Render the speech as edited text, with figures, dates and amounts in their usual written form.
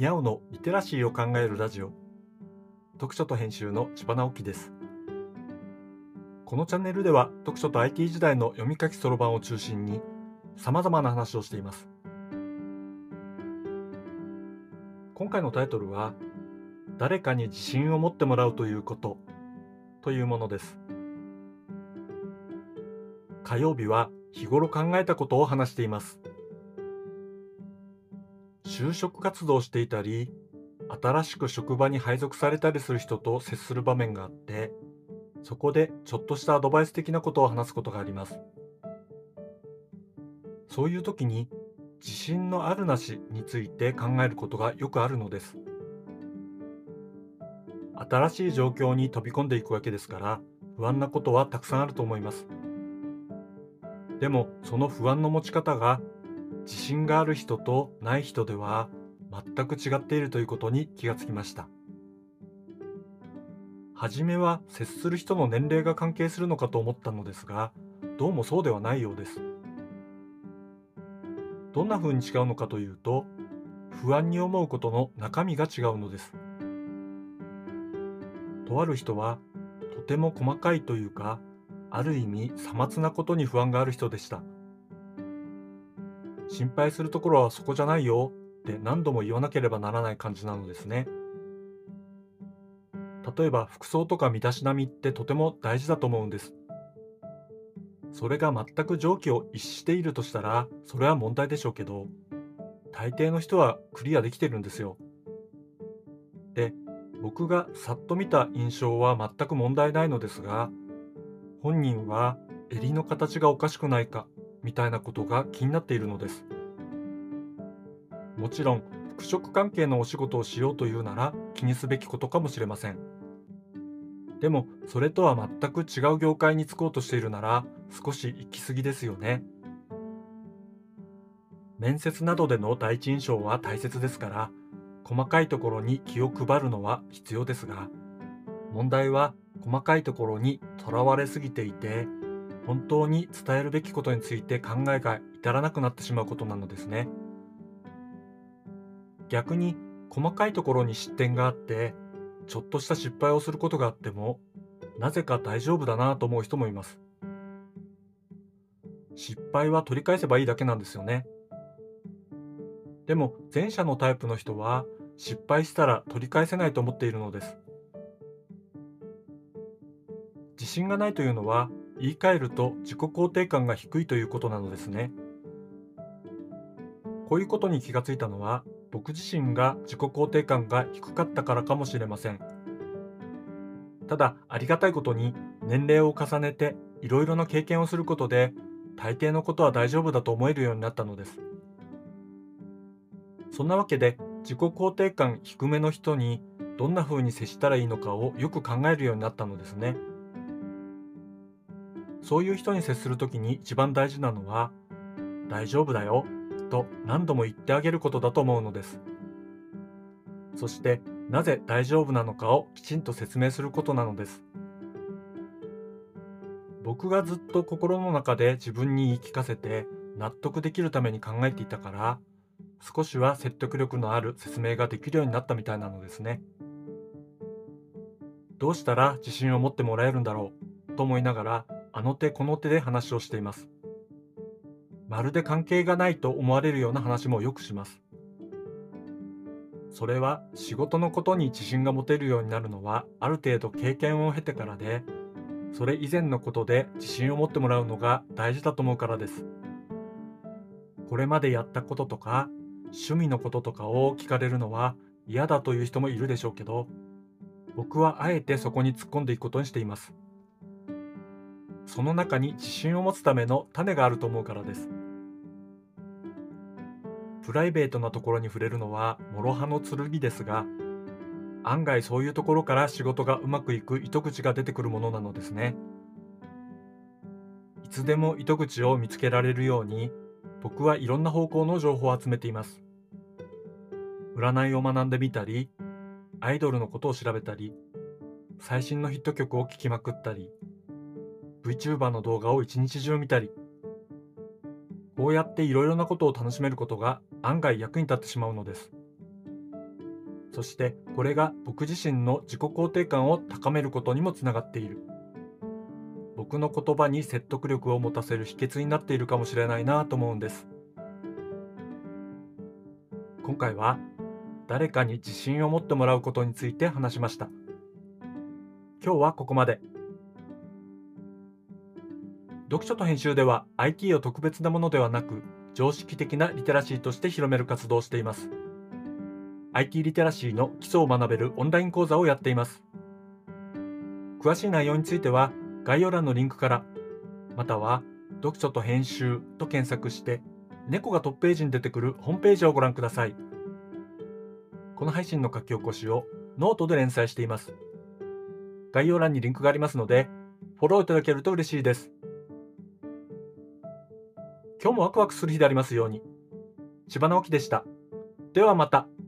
にゃおのリテラシーを考えるラジオ、読書と編集の千葉直樹です。このチャンネルでは読書と IT 時代の読み書きそろばんを中心に様々な話をしています。今回のタイトルは、誰かに自信を持ってもらうということというものです。火曜日は日頃考えたことを話しています。就職活動をしていたり、新しく職場に配属されたりする人と接する場面があって、そこでちょっとしたアドバイス的なことを話すことがあります。そういう時に自信のあるなしについて考えることがよくあるのです。新しい状況に飛び込んでいくわけですから、不安なことはたくさんあると思います。でもその不安の持ち方が自信がある人とない人では全く違っているということに気がつきました。はじめは接する人の年齢が関係するのかと思ったのですが、どうもそうではないようです。どんな風に違うのかというと、不安に思うことの中身が違うのです。とある人は、とても細かいというか、ある意味さまつなことに不安がある人でした。心配するところはそこじゃないよって何度も言わなければならない感じなのですね。例えば服装とか身だしなみってとても大事だと思うんです。それが全く常軌を逸しているとしたら、それは問題でしょうけど、大抵の人はクリアできてるんですよ。で、僕がさっと見た印象は全く問題ないのですが、本人は襟の形がおかしくないかみたいなことが気になっているのです。もちろん、服飾関係のお仕事をしようというなら気にすべきことかもしれません。でも、それとは全く違う業界に就こうとしているなら、少し行き過ぎですよね。面接などでの第一印象は大切ですから、細かいところに気を配るのは必要ですが、問題は細かいところにとらわれすぎていて、本当に伝えるべきことについて考えが至らなくなってしまうことなのですね。逆に細かいところに失点があって、ちょっとした失敗をすることがあっても、なぜか大丈夫だなと思う人もいます。失敗は取り返せばいいだけなんですよね。でも前者のタイプの人は失敗したら取り返せないと思っているのです。自信がないというのは言い換えると自己肯定感が低いということなのですね。こういうことに気がついたのは僕自身が自己肯定感が低かったからかもしれません。ただありがたいことに年齢を重ねていろいろな経験をすることで大抵のことは大丈夫だと思えるようになったのです。そんなわけで自己肯定感低めの人にどんな風に接したらいいのかをよく考えるようになったのですね。そういう人に接するときに一番大事なのは、大丈夫だよと何度も言ってあげることだと思うのです。そして、なぜ大丈夫なのかをきちんと説明することなのです。僕がずっと心の中で自分に言い聞かせて納得できるために考えていたから、少しは説得力のある説明ができるようになったみたいなのですね。どうしたら自信を持ってもらえるんだろうと思いながら、あの手この手で話をしています。まるで関係がないと思われるような話もよくします。それは仕事のことに自信が持てるようになるのはある程度経験を経てからで、それ以前のことで自信を持ってもらうのが大事だと思うからです。これまでやったこととか趣味のこととかを聞かれるのは嫌だという人もいるでしょうけど、僕はあえてそこに突っ込んでいくことにしています。その中に自信を持つための種があると思うからです。プライベートなところに触れるのは諸刃の剣ですが、案外そういうところから仕事がうまくいく糸口が出てくるものなのですね。いつでも糸口を見つけられるように、僕はいろんな方向の情報を集めています。占いを学んでみたり、アイドルのことを調べたり、最新のヒット曲を聴きまくったり、VTuber の動画を一日中見たり、こうやっていろいろなことを楽しめることが案外役に立ってしまうのです。 そしてこれが僕自身の自己肯定感を高めることにもつながっている。僕の言葉に説得力を持たせる秘訣になっているかもしれないなと思うんです。今回は誰かに自信を持ってもらうことについて話しました。今日はここまで。読書と編集では IT を特別なものではなく、常識的なリテラシーとして広める活動をしています。IT リテラシーの基礎を学べるオンライン講座をやっています。詳しい内容については概要欄のリンクから、または読書と編集と検索して猫がトップページに出てくるホームページをご覧ください。この配信の書き起こしをノートで連載しています。概要欄にリンクがありますので、フォローいただけると嬉しいです。今日もワクワクする日でありますように。千葉直樹でした。ではまた。